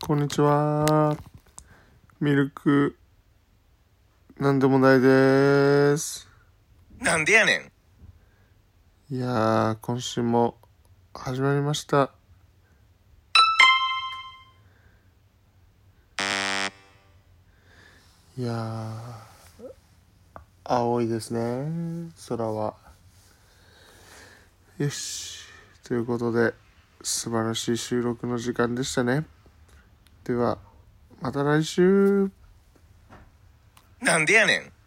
こんにちは。ミルクなんでもないです。 なんでやねん。いやー、今週も始まりました。いやー、青いですね、空は。よし、ということで素晴らしい収録の時間でしたね。ではまた来週。 なんでやねん。